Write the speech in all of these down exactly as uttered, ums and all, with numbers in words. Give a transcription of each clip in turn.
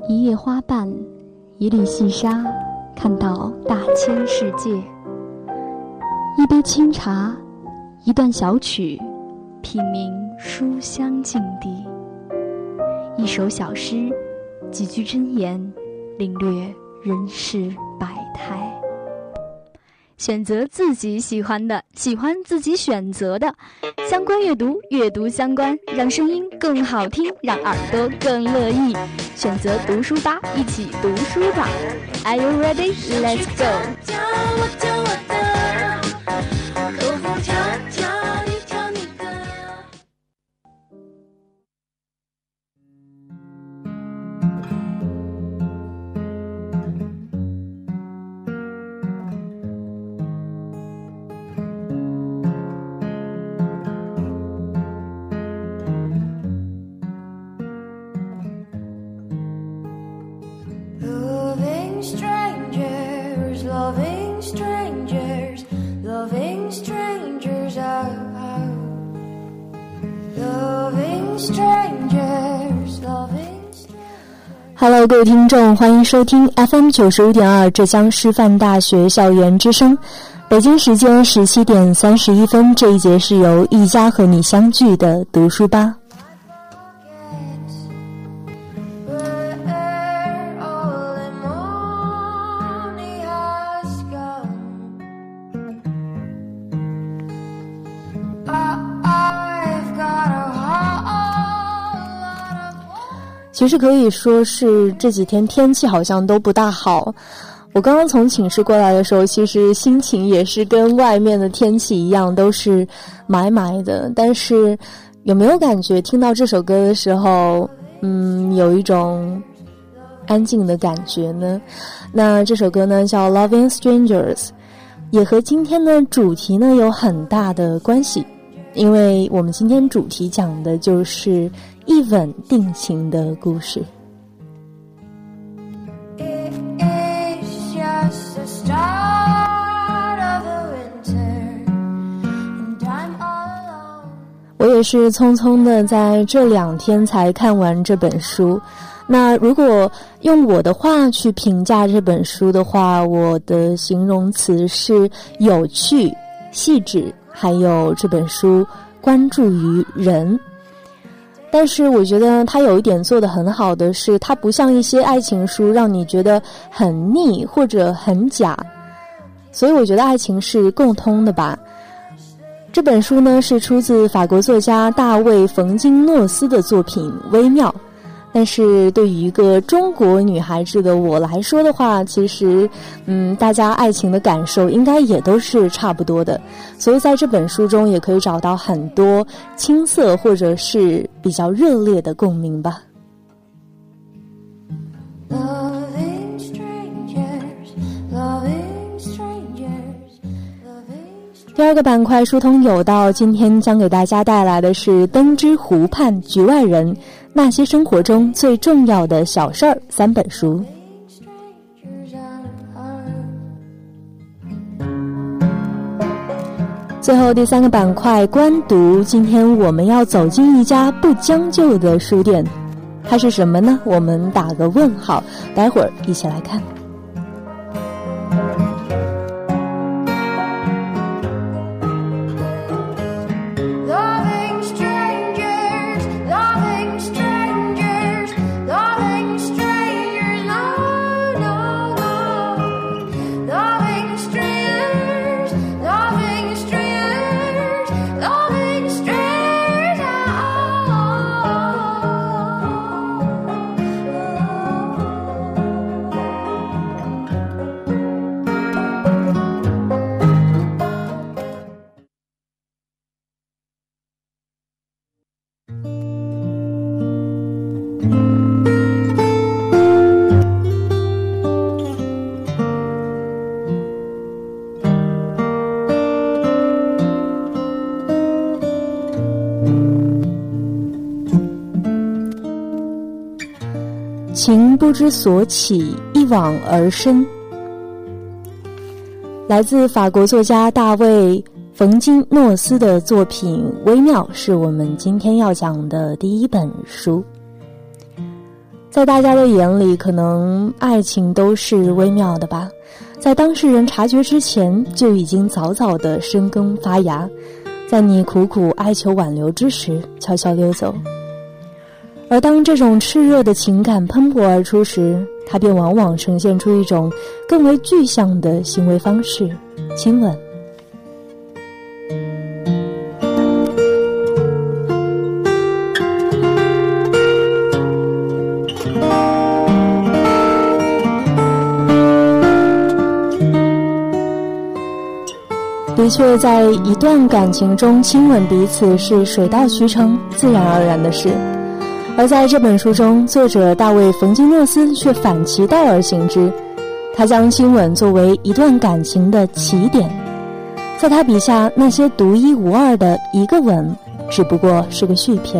一叶花瓣，一粒细沙，看到大千世界。一杯清茶，一段小曲，品茗书香境地。一首小诗，几句箴言，领略人世百态。选择自己喜欢的，喜欢自己选择的。相关阅读，阅读相关，让声音更好听，让耳朵更乐意。选择读书吧，一起读书吧。Are you ready? Let's go. Hello， 各位听众，欢迎收听 F M 九十五点二浙江师范大学校园之声。北京时间十七点三十一分，这一节是由一家和你相聚的读书吧。其实可以说是这几天天气好像都不大好。我刚刚从寝室过来的时候，其实心情也是跟外面的天气一样，都是霾霾的。但是有没有感觉听到这首歌的时候，嗯，有一种安静的感觉呢？那这首歌呢叫 Loving Strangers， 也和今天的主题呢有很大的关系，因为我们今天主题讲的就是一吻定情的故事。我也是匆匆的在这两天才看完这本书。那如果用我的话去评价这本书的话，我的形容词是有趣、细致，还有这本书关注于人。但是我觉得它有一点做得很好的是，它不像一些爱情书让你觉得很腻或者很假，所以我觉得爱情是共通的吧。这本书呢是出自法国作家大卫·冯金诺斯的作品《微妙》，但是对于一个中国女孩子的我来说的话，其实嗯，大家爱情的感受应该也都是差不多的，所以在这本书中也可以找到很多青涩或者是比较热烈的共鸣吧。第二个板块书通有道，今天将给大家带来的是灯之湖畔局外人，那些生活中最重要的小事儿三本书。最后第三个板块观读，今天我们要走进一家不将就的书店，它是什么呢？我们打个问号，待会儿一起来看。情不知所起，一往而深。来自法国作家大卫·冯金诺斯的作品《微妙》是我们今天要讲的第一本书。 在大家的眼里，可能爱情都是微妙的吧，在当事人察觉之前，就已经早早的生根发芽，在你苦苦哀求挽留之时，悄悄溜走。而当这种炽热的情感喷薄而出时，它便往往呈现出一种更为具象的行为方式——亲吻。的确，在一段感情中，亲吻彼此是水到渠成、自然而然的事。而在这本书中，作者大卫·冯金诺斯却反其道而行之，他将亲吻作为一段感情的起点。在他笔下，那些独一无二的一个吻，只不过是个续篇。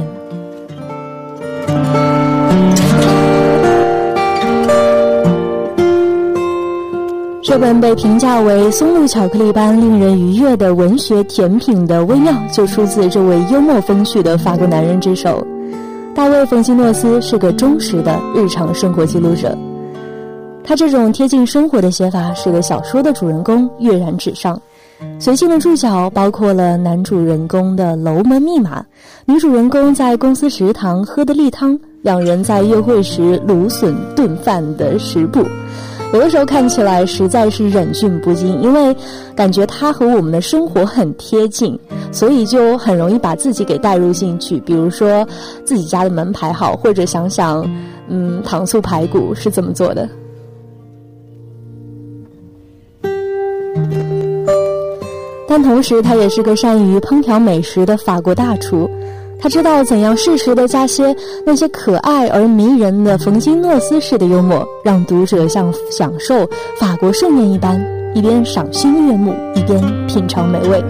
这本被评价为松露巧克力般令人愉悦的文学甜品的微妙，就出自这位幽默风趣的法国男人之手。大卫·冯金诺斯是个忠实的日常生活记录者，他这种贴近生活的写法使得小说的主人公跃然纸上。随性的注脚包括了男主人公的楼门密码，女主人公在公司食堂喝的例汤，两人在约会时芦笋炖饭的食谱。有的时候看起来实在是忍俊不禁，因为感觉它和我们的生活很贴近，所以就很容易把自己给带入进去。比如说自己家的门牌号，或者想想嗯，糖醋排骨是怎么做的。但同时他也是个善于烹调美食的法国大厨，他知道怎样适时地加些那些可爱而迷人的冯金诺斯式的幽默，让读者像享受法国盛宴一般，一边赏心悦目，一边品尝美味。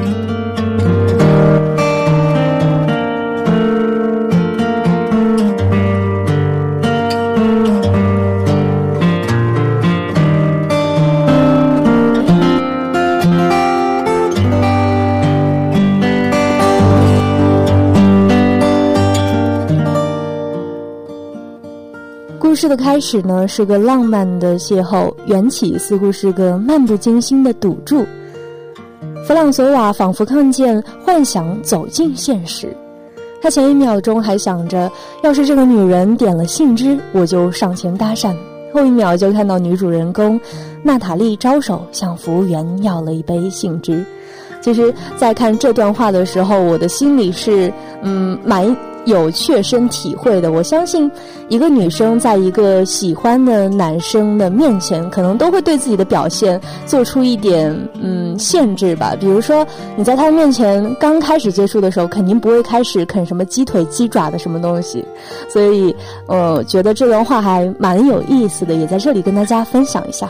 故事的开始呢，是个浪漫的邂逅，缘起似乎是个漫不经心的赌注。弗朗索瓦仿佛看见幻想走进现实，他前一秒钟还想着，要是这个女人点了杏枝，我就上前搭讪，后一秒就看到女主人公娜塔莉招手向服务员要了一杯杏枝。其实在看这段话的时候，我的心里是嗯蛮有切身体会的。我相信一个女生在一个喜欢的男生的面前，可能都会对自己的表现做出一点嗯限制吧。比如说你在他面前刚开始接触的时候，肯定不会开始啃什么鸡腿鸡爪的什么东西，所以呃觉得这段话还蛮有意思的，也在这里跟大家分享一下。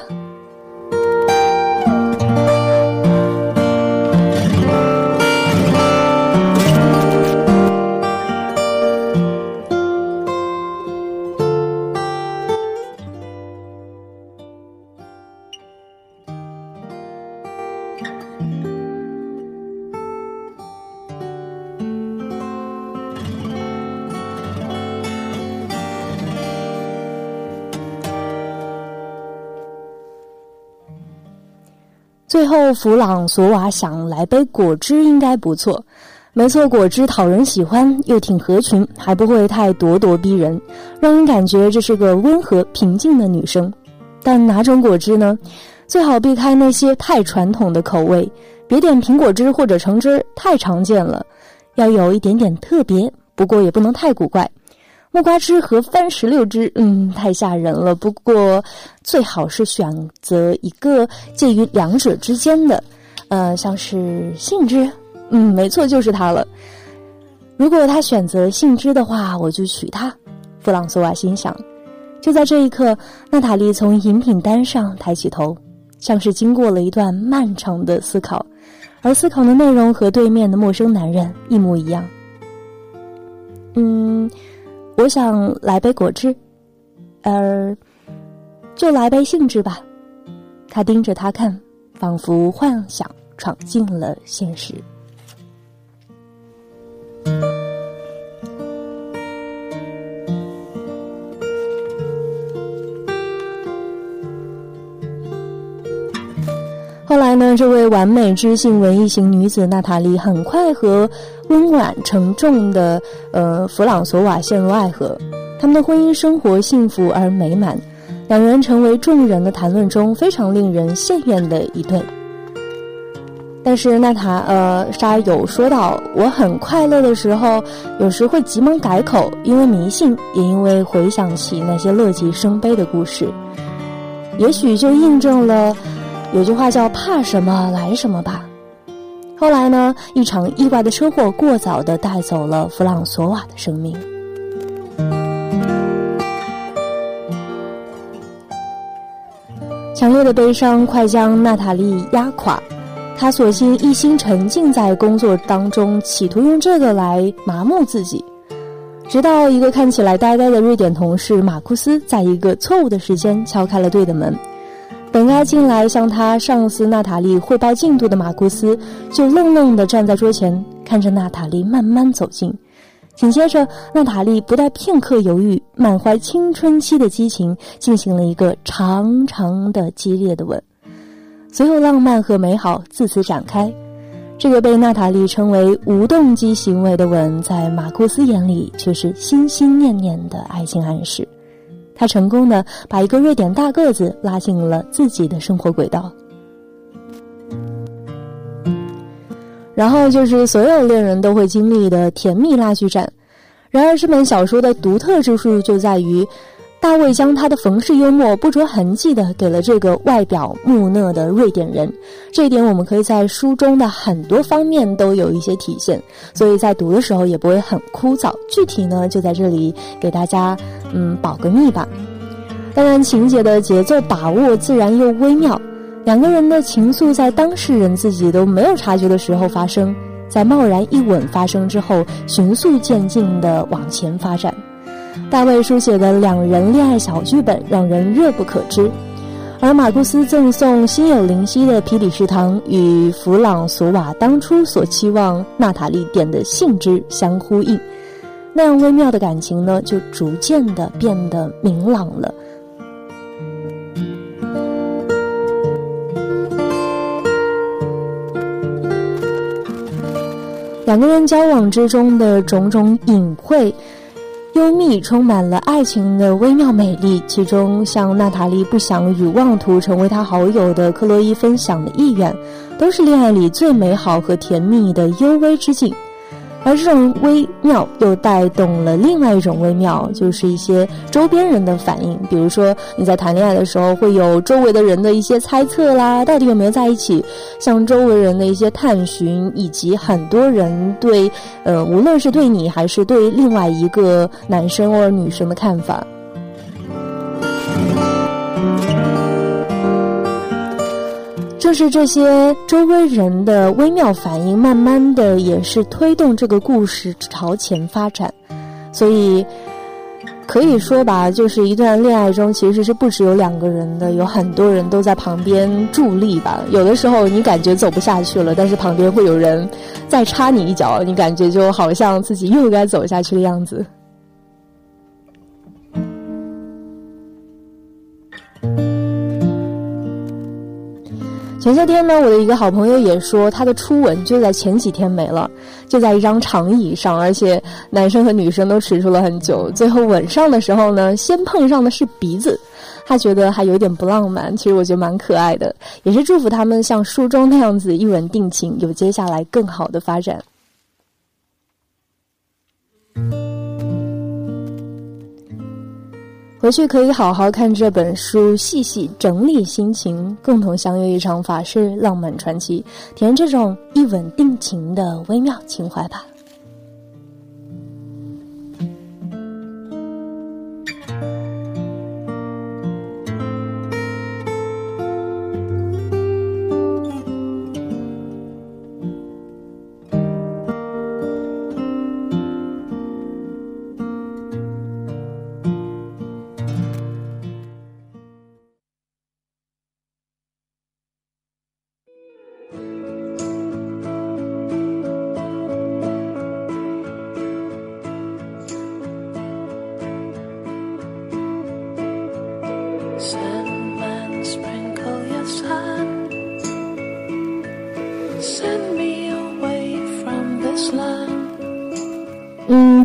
最后弗朗索瓦想，来杯果汁应该不错。没错，果汁讨人喜欢，又挺合群，还不会太咄咄逼人，让人感觉这是个温和平静的女生。但哪种果汁呢？最好避开那些太传统的口味，别点苹果汁或者橙汁，太常见了。要有一点点特别，不过也不能太古怪。木瓜汁和番石榴汁，嗯，太吓人了。不过最好是选择一个介于两者之间的，呃，像是杏汁，嗯，没错，就是它了。如果他选择杏汁的话，我就娶她。弗朗索瓦心想。就在这一刻，娜塔莉从饮品单上抬起头，像是经过了一段漫长的思考，而思考的内容和对面的陌生男人一模一样。嗯。我想来杯果汁，呃，就来杯杏汁吧。他盯着他看，仿佛幻想闯进了现实。 呢，这位完美知性文艺型女子娜塔莉很快和温婉沉重的呃弗朗索瓦陷入爱河，他们的婚姻生活幸福而美满，两人成为众人的谈论中非常令人羡艳的一对。但是娜塔呃莎有说到，我很快乐的时候有时会急忙改口，因为迷信，也因为回想起那些乐极生悲的故事，也许就印证了有句话叫怕什么来什么吧。后来呢，一场意外的车祸过早地带走了弗朗索瓦的生命。强烈的悲伤快将娜塔莉压垮，她索性一心沉浸在工作当中，企图用这个来麻木自己，直到一个看起来呆呆的瑞典同事马库斯在一个错误的时间敲开了队的门。本该进来向他上司娜塔莉汇报进度的马库斯就愣愣地站在桌前，看着娜塔莉慢慢走近。紧接着，娜塔莉不带片刻犹豫，满怀青春期的激情，进行了一个长长的激烈的吻，所有浪漫和美好自此展开。这个被娜塔莉称为无动机行为的吻，在马库斯眼里却是心心念念的爱情暗示。他成功地把一个瑞典大个子拉进了自己的生活轨道。然后就是所有恋人都会经历的甜蜜拉锯战。然而这本小说的独特之处就在于，大卫将他的冯氏幽默不着痕迹地给了这个外表木讷的瑞典人，这一点我们可以在书中的很多方面都有一些体现，所以在读的时候也不会很枯燥。具体呢，就在这里给大家嗯保个密吧。当然情节的节奏把握自然又微妙，两个人的情愫在当事人自己都没有察觉的时候发生，在贸然一吻发生之后循速渐进地往前发展。大卫书写的两人恋爱小剧本让人热不可支，而马库斯赠送心有灵犀的皮里士糖与弗朗索瓦当初所期望娜塔莉点的杏汁相呼应，那样微妙的感情呢，就逐渐地变得明朗了。两个人交往之中的种种隐晦幽密，充满了爱情的微妙美丽，其中像娜塔莉不想与妄图成为她好友的克洛伊分享的意愿，都是恋爱里最美好和甜蜜的幽微之境。而这种微妙又带动了另外一种微妙，就是一些周边人的反应。比如说你在谈恋爱的时候会有周围的人的一些猜测啦，到底有没有在一起，像周围人的一些探寻，以及很多人对呃，无论是对你还是对另外一个男生或者女生的看法。正是这些周围人的微妙反应，慢慢的也是推动这个故事朝前发展。所以可以说吧，就是一段恋爱中其实是不只有两个人的，有很多人都在旁边助力吧。有的时候你感觉走不下去了，但是旁边会有人再插你一脚，你感觉就好像自己又该走下去的样子。前些天呢，我的一个好朋友也说，他的初吻就在前几天没了，就在一张长椅上，而且男生和女生都持续了很久，最后吻上的时候呢，先碰上的是鼻子，他觉得还有点不浪漫，其实我觉得蛮可爱的，也是祝福他们像书中那样子一吻定情，有接下来更好的发展。回去可以好好看这本书，细细整理心情，共同相约一场法式浪漫传奇，体验这种一吻定情的微妙情怀吧。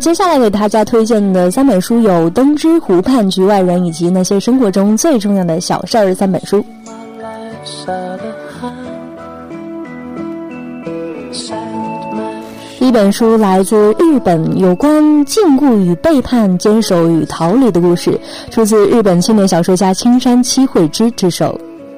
接下来给大家推荐的三本书有《灯之湖畔》、《局外人》以及那些生活中最重要的小事儿三本书。第一本书来自日本，有关禁锢与背叛、坚守与逃离的故事，出自日本青年小说家青山七惠之之手。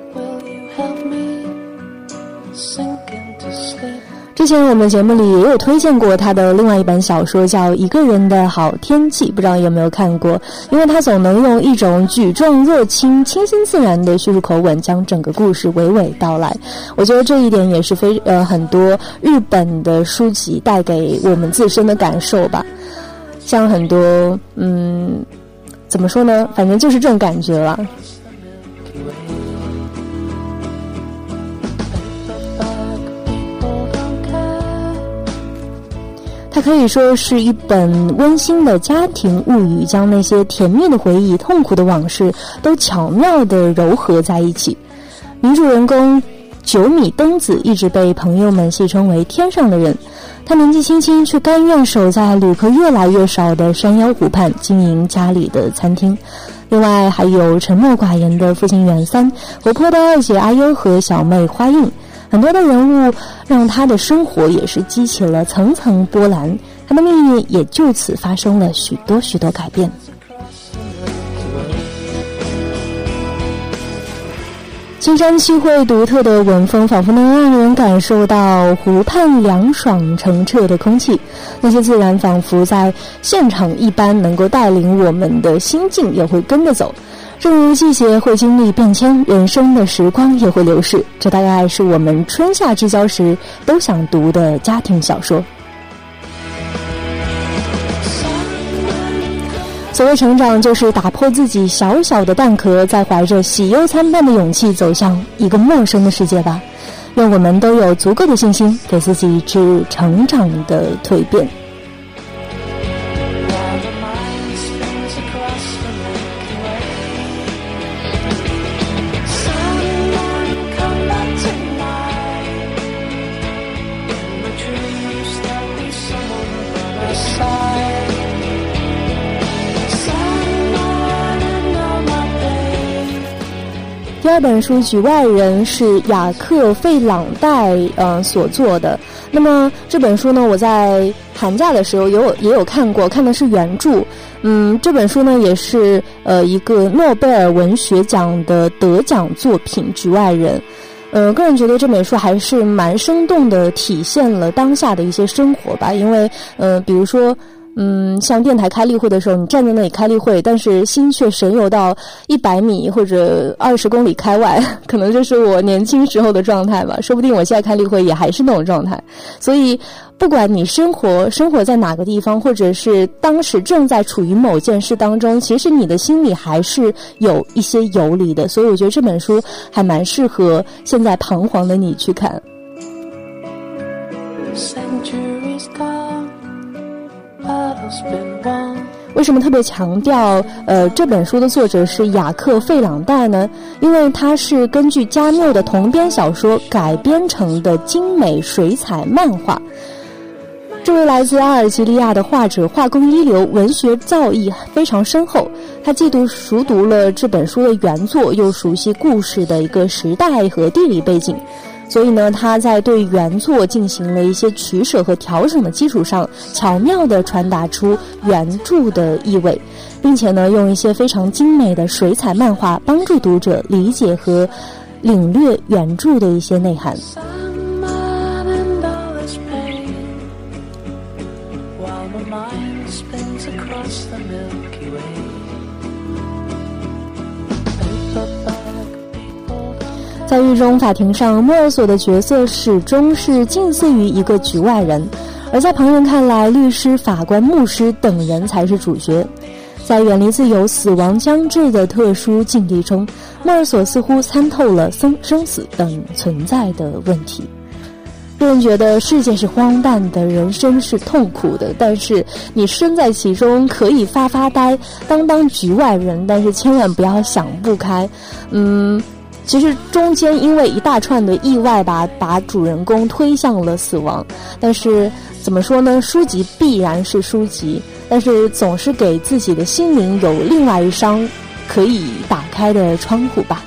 之前我们节目里也有推荐过他的另外一本小说叫《一个人的好天气》，不知道有没有看过，因为他总能用一种举重若轻、清新自然的叙述口吻将整个故事娓娓道来。我觉得这一点也是非呃很多日本的书籍带给我们自身的感受吧。像很多嗯怎么说呢，反正就是这种感觉了。它可以说是一本温馨的家庭物语，将那些甜蜜的回忆、痛苦的往事都巧妙地糅合在一起。女主人公九米登子一直被朋友们戏称为天上的人，她年纪轻轻却甘愿守在旅客越来越少的山腰湖畔经营家里的餐厅。另外还有沉默寡言的父亲远三，活泼的二姐阿优和小妹花映。很多的人物让他的生活也是激起了层层波澜，他的命运也就此发生了许多许多改变。青山七惠独特的文风仿佛能让人感受到湖畔凉爽澄澈的空气，那些自然仿佛在现场一般，能够带领我们的心境也会跟着走。正如季节会经历变迁，人生的时光也会流逝，这大概是我们春夏之交时都想读的家庭小说。所谓成长，就是打破自己小小的蛋壳，再怀着喜忧参半的勇气走向一个陌生的世界吧。愿我们都有足够的信心，给自己致成长的蜕变。第二本书《局外人》是雅克·费朗代呃所做的。那么这本书呢，我在寒假的时候也有也有看过，看的是原著。嗯，这本书呢也是呃一个诺贝尔文学奖的得奖作品《局外人》。呃，个人觉得这本书还是蛮生动的，体现了当下的一些生活吧。因为呃，比如说。嗯，像电台开例会的时候，你站在那里开例会，但是心却神游到一百米或者二十公里开外，可能这是我年轻时候的状态吧。说不定我现在开例会也还是那种状态。所以，不管你生活生活在哪个地方，或者是当时正在处于某件事当中，其实你的心里还是有一些游离的。所以，我觉得这本书还蛮适合现在彷徨的你去看。为什么特别强调呃这本书的作者是雅克·费朗代呢？因为它是根据加缪的同编小说改编成的精美水彩漫画。这位来自阿尔及利亚的画者画工一流，文学造诣非常深厚。他既读熟读了这本书的原作，又熟悉故事的一个时代和地理背景。所以呢，他在对原作进行了一些取舍和调整的基础上，巧妙地传达出原著的意味，并且呢，用一些非常精美的水彩漫画帮助读者理解和领略原著的一些内涵。在狱中法庭上，莫尔索的角色始终是近似于一个局外人，而在旁人看来，律师、法官、牧师等人才是主角。在远离自由、死亡将至的特殊境地中，莫尔索似乎参透了生生死等存在的问题。个人觉得世界是荒诞的，人生是痛苦的，但是你身在其中可以发发呆，当当局外人，但是千万不要想不开。嗯其实中间因为一大串的意外吧，把主人公推向了死亡。但是怎么说呢？书籍必然是书籍， 但是总是给自己的心灵有另外一扇可以打开的窗户吧。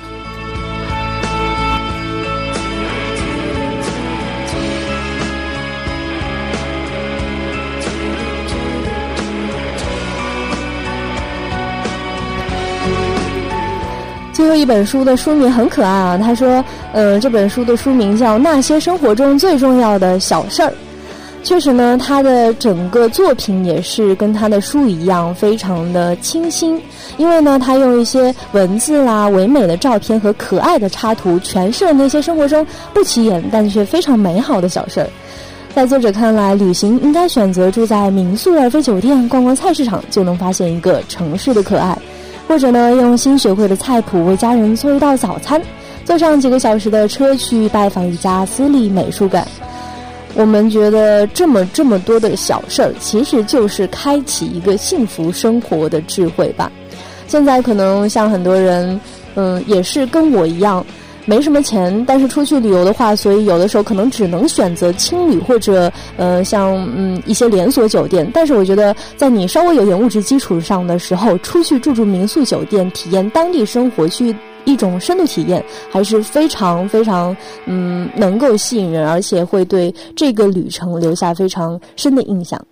最后一本书的书名很可爱啊，他说呃，这本书的书名叫《那些生活中最重要的小事儿》。确实呢，他的整个作品也是跟他的书一样非常的清新，因为呢他用一些文字啦、唯美的照片和可爱的插图诠释了那些生活中不起眼但却非常美好的小事儿。在作者看来，旅行应该选择住在民宿而非酒店，逛逛菜市场就能发现一个城市的可爱，或者呢用新学会的菜谱为家人做一道早餐，坐上几个小时的车去拜访一家私立美术馆。我们觉得这么这么多的小事儿，其实就是开启一个幸福生活的智慧吧。现在可能像很多人嗯，也是跟我一样没什么钱，但是出去旅游的话，所以有的时候可能只能选择青旅或者呃像嗯一些连锁酒店。但是我觉得在你稍微有点物质基础上的时候，出去住住民宿酒店，体验当地生活，去一种深度体验，还是非常非常嗯能够吸引人，而且会对这个旅程留下非常深的印象。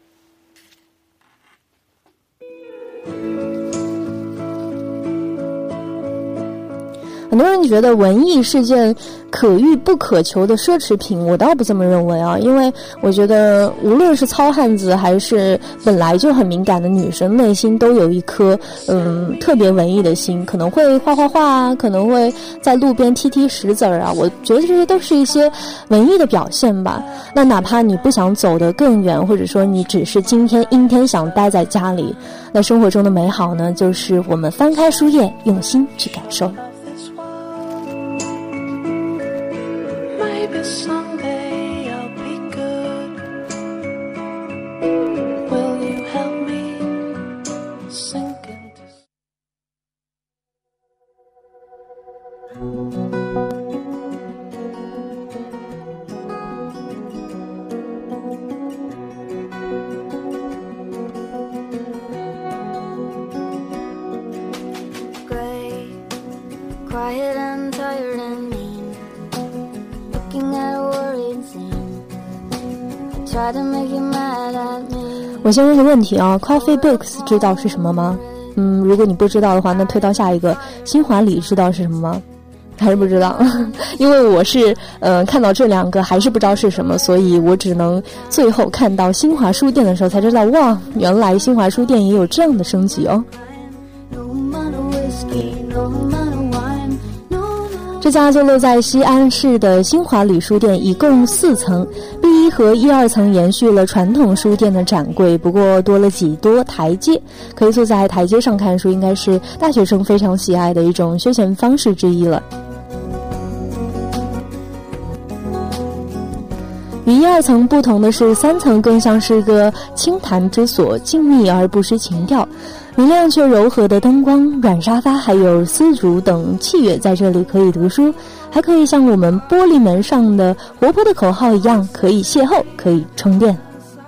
很多人觉得文艺是件可遇不可求的奢侈品，我倒不这么认为啊，因为我觉得无论是糙汉子还是本来就很敏感的女生，内心都有一颗嗯特别文艺的心，可能会画画画，可能会在路边踢踢石子儿啊，我觉得这些都是一些文艺的表现吧。那哪怕你不想走得更远，或者说你只是今天阴天想待在家里，那生活中的美好呢，就是我们翻开书页，用心去感受。 Someday I'll be good. Will you help me sink into Gray, quiet and tired and mean.Looking at a worried scene, I try to make you mad at me. 我先问个问题啊 ，Coffee Books 知道是什么吗？嗯，如果你不知道的话，那推到下一个。新华里知道是什么吗？还是不知道？因为我是呃看到这两个还是不知道是什么，所以我只能最后看到新华书店的时候才知道，哇，原来新华书店也有这样的升级哦。这家坐落在西安市的新华里书店一共四层 ，B 一和一二层延续了传统书店的展柜，不过多了几多台阶，可以坐在台阶上看书，应该是大学生非常喜爱的一种休闲方式之一了。与一二层不同的是，三层更像是个清谈之所，静谧而不失情调。明亮却柔和的灯光、软沙发还有丝竹等器乐在这里可以读书，还可以像我们玻璃门上的活泼的口号一样，可以邂逅，可以充电。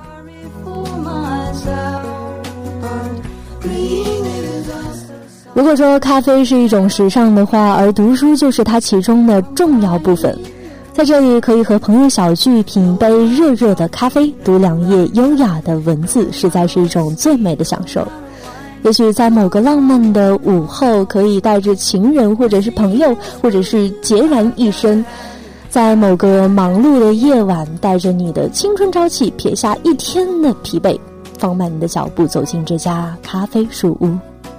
如果说咖啡是一种时尚的话，而读书就是它其中的重要部分。在这里可以和朋友小聚，品一杯热热的咖啡，读两页优雅的文字，实在是一种最美的享受。也许在某个浪漫的午后，可以带着情人或者是朋友，或者是孑然一身，在某个忙碌的夜晚，带着你的青春朝气，撇下一天的疲惫，放慢你的脚步，走进这家咖啡书屋。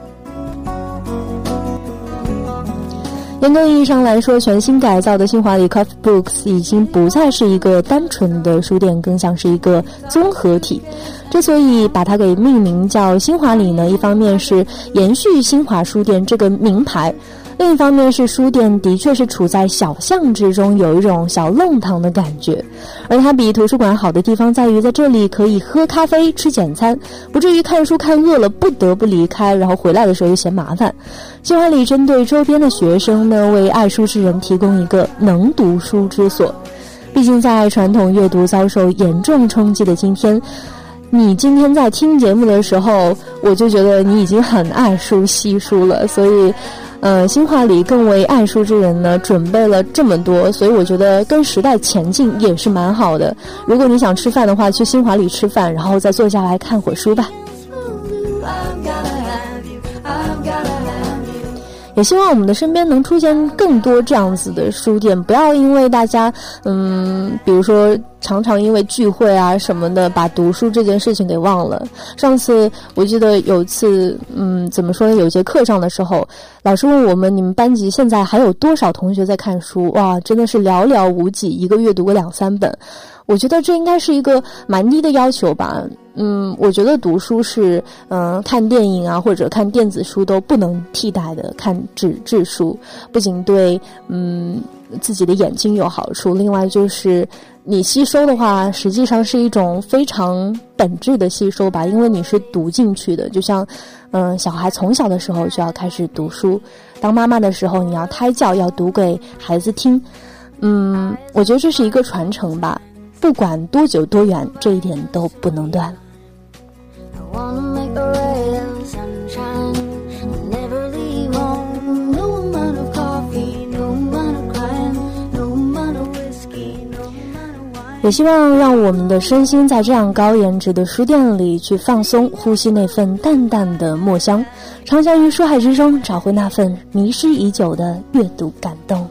严格意义上来说，全新改造的新华里 Coffee Books 已经不再是一个单纯的书店，更像是一个综合体。之所以把它给命名叫新华里呢，一方面是延续新华书店这个名牌，另一方面是书店的确是处在小巷之中，有一种小弄堂的感觉。而它比图书馆好的地方在于，在这里可以喝咖啡吃简餐，不至于看书看饿了不得不离开，然后回来的时候又嫌麻烦。新华里针对周边的学生呢，为爱书之人提供一个能读书之所。毕竟在传统阅读遭受严重冲击的今天， 你今天在听节目的时候，我就觉得你已经很爱书惜书了，所以呃，新华里更为爱书之人呢，准备了这么多，所以我觉得跟时代前进也是蛮好的。如果你想吃饭的话，去新华里吃饭，然后再坐下来看会儿书吧。也希望我们的身边能出现更多这样子的书店，不要因为大家嗯，比如说常常因为聚会啊什么的，把读书这件事情给忘了。上次我记得有一次嗯，怎么说呢，有一节课上的时候，老师问我们，你们班级现在还有多少同学在看书？哇，真的是寥寥无几，一个月读个两三本。我觉得这应该是一个蛮低的要求吧。嗯，我觉得读书是嗯、呃，看电影啊或者看电子书都不能替代的。看纸质书不仅对嗯自己的眼睛有好处，另外就是你吸收的话实际上是一种非常本质的吸收吧，因为你是读进去的。就像嗯、呃，小孩从小的时候就要开始读书，当妈妈的时候你要胎教，要读给孩子听。嗯，我觉得这是一个传承吧，不管多久多远，这一点都不能断。也希望让我们的身心在这样高颜值的书店里去放松，呼吸那份淡淡的墨香，畅想于书海之中，找回那份迷失已久的阅读感动。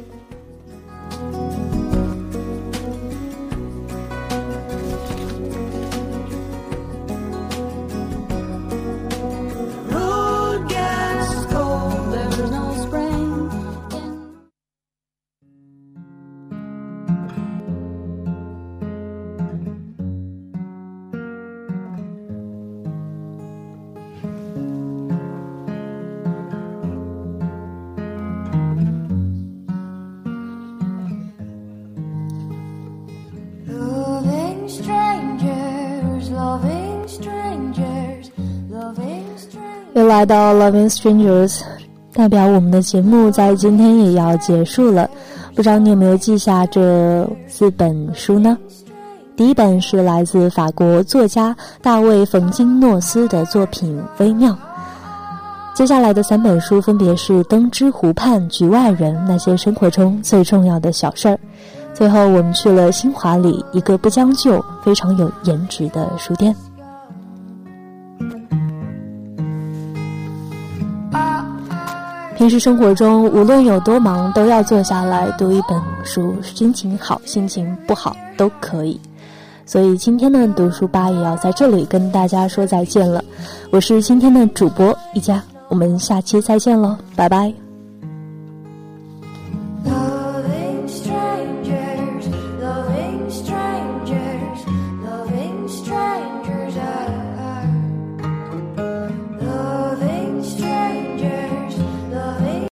又来到 Loving Strangers， 代表我们的节目在今天也要结束了。不知道你有没有记下这四本书呢？第一本是来自法国作家大卫·冯金诺斯的作品《微妙》。接下来的三本书分别是《灯之湖畔》、《局外人》，那些生活中最重要的小事儿。最后我们去了新华里，一个不将就、非常有颜值的书店。平时生活中无论有多忙，都要坐下来读一本书，心情好心情不好都可以。所以今天的读书吧也要在这里跟大家说再见了。我是今天的主播一佳，我们下期再见咯，拜拜。